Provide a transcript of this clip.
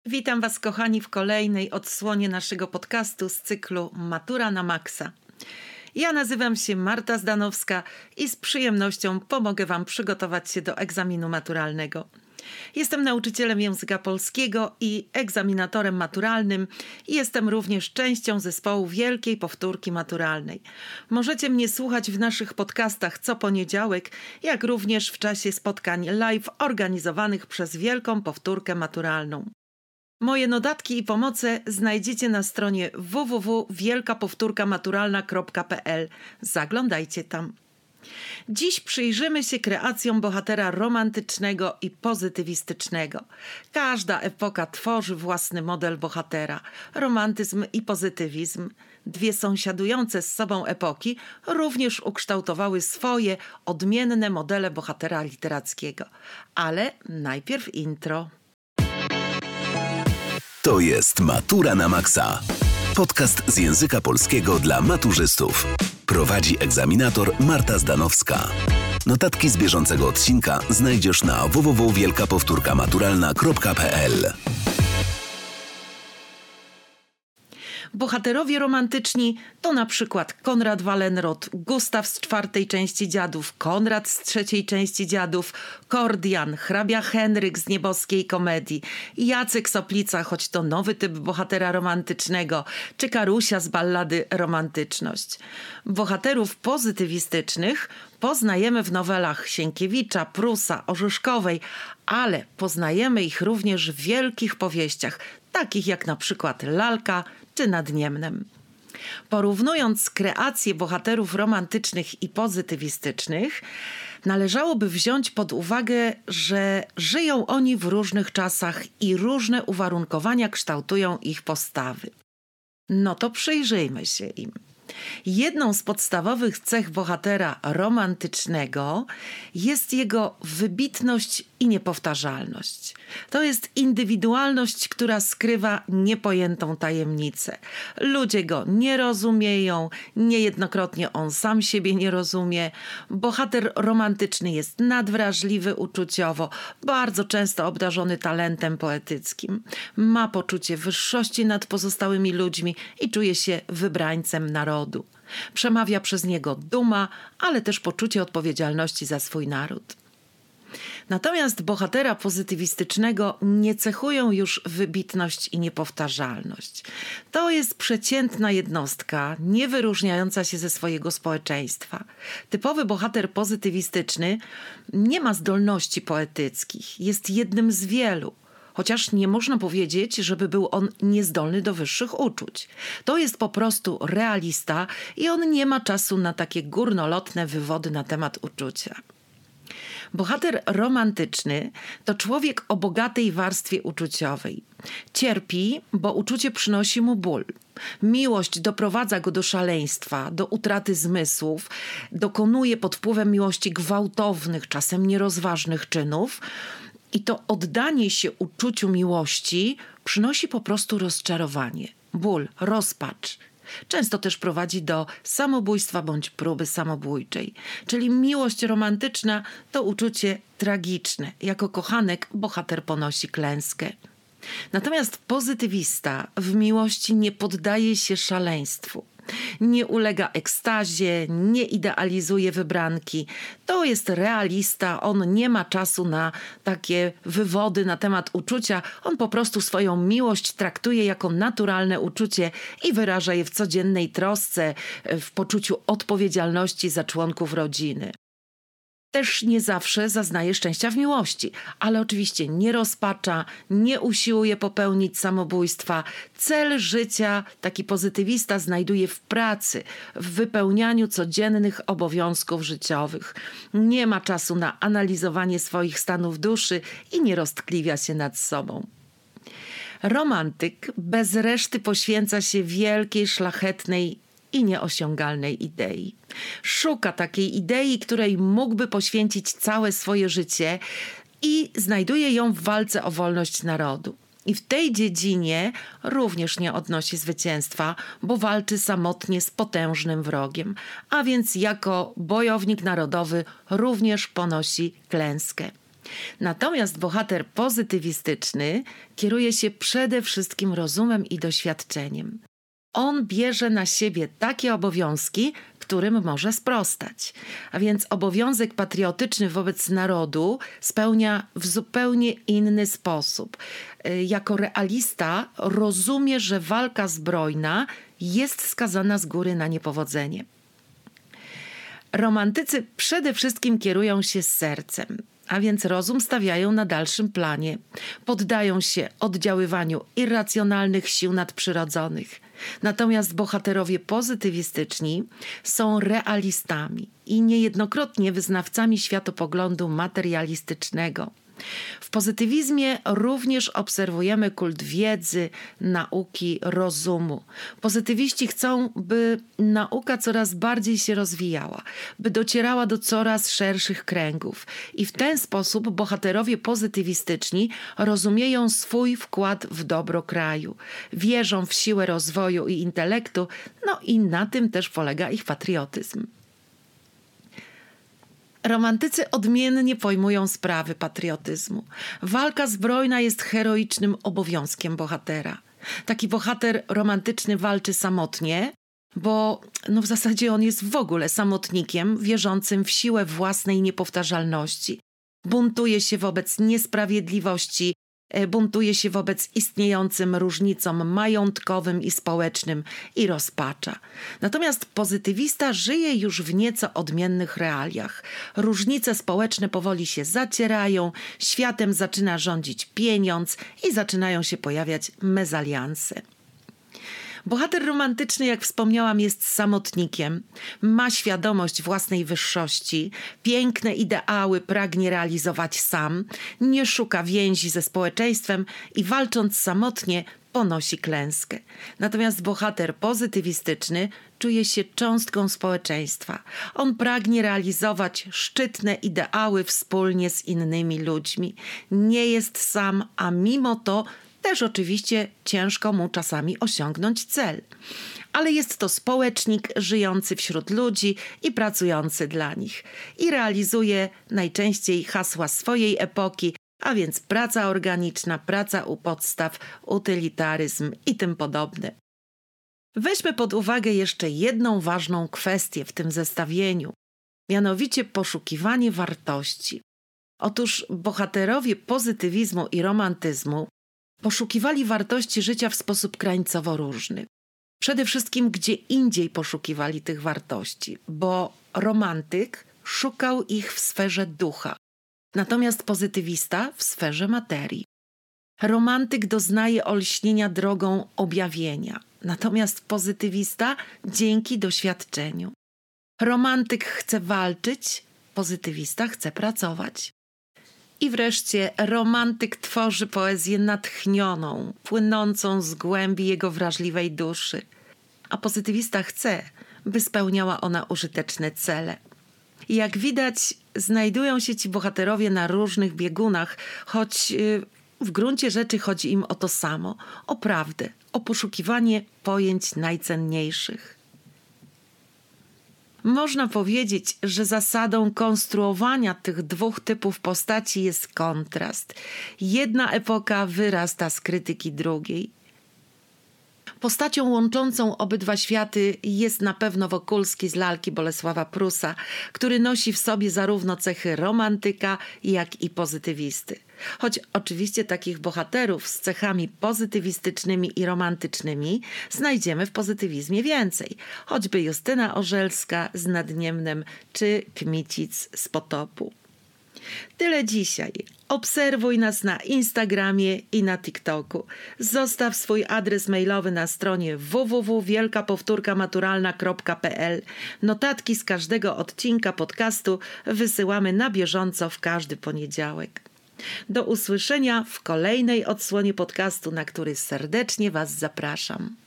Witam Was, kochani, w kolejnej odsłonie naszego podcastu z cyklu Matura na Maksa. Ja nazywam się Marta Zdanowska i z przyjemnością pomogę Wam przygotować się do egzaminu maturalnego. Jestem nauczycielem języka polskiego i egzaminatorem maturalnym i jestem również częścią zespołu Wielkiej Powtórki Maturalnej. Możecie mnie słuchać w naszych podcastach co poniedziałek, jak również w czasie spotkań live organizowanych przez Wielką Powtórkę Maturalną. Moje notatki i pomoce znajdziecie na stronie www.wielkapowtórkamaturalna.pl. Zaglądajcie tam. Dziś przyjrzymy się kreacjom bohatera romantycznego i pozytywistycznego. Każda epoka tworzy własny model bohatera. Romantyzm i pozytywizm, dwie sąsiadujące z sobą epoki, również ukształtowały swoje odmienne modele bohatera literackiego. Ale najpierw intro. To jest Matura na Maksa. Podcast z języka polskiego dla maturzystów. Prowadzi egzaminator Marta Zdanowska. Notatki z bieżącego odcinka znajdziesz na www.wielkapowtórkamaturalna.pl. Bohaterowie romantyczni to na przykład Konrad Wallenrod, Gustaw z czwartej części Dziadów, Konrad z trzeciej części Dziadów, Kordian, hrabia Henryk z Nieboskiej Komedii, Jacek Soplica, choć to nowy typ bohatera romantycznego, czy Karusia z ballady Romantyczność. Bohaterów pozytywistycznych poznajemy w nowelach Sienkiewicza, Prusa, Orzeszkowej, ale poznajemy ich również w wielkich powieściach, takich jak na przykład Lalka czy Nad Niemnem. Porównując kreacje bohaterów romantycznych i pozytywistycznych, należałoby wziąć pod uwagę, że żyją oni w różnych czasach i różne uwarunkowania kształtują ich postawy. No to przyjrzyjmy się im. Jedną z podstawowych cech bohatera romantycznego jest jego wybitność i niepowtarzalność. To jest indywidualność, która skrywa niepojętą tajemnicę. Ludzie go nie rozumieją, niejednokrotnie on sam siebie nie rozumie. Bohater romantyczny jest nadwrażliwy uczuciowo, bardzo często obdarzony talentem poetyckim. Ma poczucie wyższości nad pozostałymi ludźmi i czuje się wybrańcem narodu. Przemawia przez niego duma, ale też poczucie odpowiedzialności za swój naród. Natomiast bohatera pozytywistycznego nie cechują już wybitność i niepowtarzalność. To jest przeciętna jednostka, nie wyróżniająca się ze swojego społeczeństwa. Typowy bohater pozytywistyczny nie ma zdolności poetyckich, jest jednym z wielu. Chociaż nie można powiedzieć, żeby był on niezdolny do wyższych uczuć. To jest po prostu realista i on nie ma czasu na takie górnolotne wywody na temat uczucia. Bohater romantyczny to człowiek o bogatej warstwie uczuciowej. Cierpi, bo uczucie przynosi mu ból. Miłość doprowadza go do szaleństwa, do utraty zmysłów, dokonuje pod wpływem miłości gwałtownych, czasem nierozważnych czynów. I to oddanie się uczuciu miłości przynosi po prostu rozczarowanie, ból, rozpacz. Często też prowadzi do samobójstwa bądź próby samobójczej. Czyli miłość romantyczna to uczucie tragiczne. Jako kochanek bohater ponosi klęskę. Natomiast pozytywista w miłości nie poddaje się szaleństwu. Nie ulega ekstazie, nie idealizuje wybranki. To jest realista, on nie ma czasu na takie wywody na temat uczucia. On po prostu swoją miłość traktuje jako naturalne uczucie i wyraża je w codziennej trosce, w poczuciu odpowiedzialności za członków rodziny. Też nie zawsze zaznaje szczęścia w miłości, ale oczywiście nie rozpacza, nie usiłuje popełnić samobójstwa. Cel życia taki pozytywista znajduje w pracy, w wypełnianiu codziennych obowiązków życiowych. Nie ma czasu na analizowanie swoich stanów duszy i nie roztkliwia się nad sobą. Romantyk bez reszty poświęca się wielkiej, szlachetnej i nieosiągalnej idei. Szuka takiej idei, której mógłby poświęcić całe swoje życie i znajduje ją w walce o wolność narodu. I w tej dziedzinie również nie odnosi zwycięstwa, bo walczy samotnie z potężnym wrogiem, a więc jako bojownik narodowy również ponosi klęskę. Natomiast bohater pozytywistyczny kieruje się przede wszystkim rozumem i doświadczeniem. On bierze na siebie takie obowiązki, którym może sprostać. A więc obowiązek patriotyczny wobec narodu spełnia w zupełnie inny sposób. Jako realista rozumie, że walka zbrojna jest skazana z góry na niepowodzenie. Romantycy przede wszystkim kierują się sercem, a więc rozum stawiają na dalszym planie. Poddają się oddziaływaniu irracjonalnych sił nadprzyrodzonych. Natomiast bohaterowie pozytywistyczni są realistami i niejednokrotnie wyznawcami światopoglądu materialistycznego. W pozytywizmie również obserwujemy kult wiedzy, nauki, rozumu. Pozytywiści chcą, by nauka coraz bardziej się rozwijała, by docierała do coraz szerszych kręgów. I w ten sposób bohaterowie pozytywistyczni rozumieją swój wkład w dobro kraju. Wierzą w siłę rozwoju i intelektu, i na tym też polega ich patriotyzm. Romantycy odmiennie pojmują sprawy patriotyzmu. Walka zbrojna jest heroicznym obowiązkiem bohatera. Taki bohater romantyczny walczy samotnie, bo w zasadzie on jest w ogóle samotnikiem wierzącym w siłę własnej niepowtarzalności. Buntuje się wobec niesprawiedliwości, buntuje się wobec istniejącym różnicom majątkowym i społecznym i rozpacza. Natomiast pozytywista żyje już w nieco odmiennych realiach. Różnice społeczne powoli się zacierają, światem zaczyna rządzić pieniądz i zaczynają się pojawiać mezalianse. Bohater romantyczny, jak wspomniałam, jest samotnikiem, ma świadomość własnej wyższości, piękne ideały pragnie realizować sam, nie szuka więzi ze społeczeństwem i walcząc samotnie ponosi klęskę. Natomiast bohater pozytywistyczny czuje się cząstką społeczeństwa. On pragnie realizować szczytne ideały wspólnie z innymi ludźmi. Nie jest sam, a mimo to też oczywiście ciężko mu czasami osiągnąć cel. Ale jest to społecznik żyjący wśród ludzi i pracujący dla nich. I realizuje najczęściej hasła swojej epoki, a więc praca organiczna, praca u podstaw, utylitaryzm i tym podobne. Weźmy pod uwagę jeszcze jedną ważną kwestię w tym zestawieniu, mianowicie poszukiwanie wartości. Otóż bohaterowie pozytywizmu i romantyzmu poszukiwali wartości życia w sposób krańcowo różny. Przede wszystkim gdzie indziej poszukiwali tych wartości, bo romantyk szukał ich w sferze ducha, natomiast pozytywista w sferze materii. Romantyk doznaje olśnienia drogą objawienia, natomiast pozytywista dzięki doświadczeniu. Romantyk chce walczyć, pozytywista chce pracować. I wreszcie romantyk tworzy poezję natchnioną, płynącą z głębi jego wrażliwej duszy, a pozytywista chce, by spełniała ona użyteczne cele. I jak widać, znajdują się ci bohaterowie na różnych biegunach, choć w gruncie rzeczy chodzi im o to samo, o prawdę, o poszukiwanie pojęć najcenniejszych. Można powiedzieć, że zasadą konstruowania tych dwóch typów postaci jest kontrast. Jedna epoka wyrasta z krytyki drugiej. Postacią łączącą obydwa światy jest na pewno Wokulski z lalki Bolesława Prusa, który nosi w sobie zarówno cechy romantyka, jak i pozytywisty. Choć oczywiście takich bohaterów z cechami pozytywistycznymi i romantycznymi znajdziemy w pozytywizmie więcej. Choćby Justyna Orzelska z Nadniemnem czy Kmicic z Potopu. Tyle dzisiaj. Obserwuj nas na Instagramie i na TikToku. Zostaw swój adres mailowy na stronie www.wielkapowtórkamaturalna.pl. Notatki z każdego odcinka podcastu wysyłamy na bieżąco w każdy poniedziałek. Do usłyszenia w kolejnej odsłonie podcastu, na który serdecznie Was zapraszam.